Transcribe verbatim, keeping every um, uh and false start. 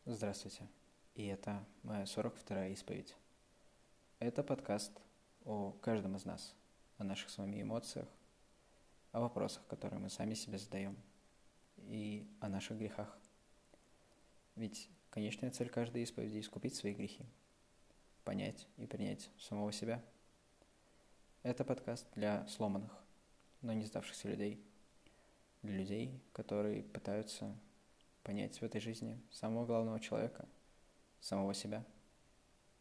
Здравствуйте. И это моя сорок вторая исповедь. Это подкаст о каждом из нас, о наших с вами эмоциях, о вопросах, которые мы сами себе задаем, и о наших грехах. Ведь конечная цель каждой исповеди – искупить свои грехи, понять и принять самого себя. Это подкаст для сломанных, но не сдавшихся людей, для людей, которые пытаются понять в этой жизни самого главного человека – самого себя.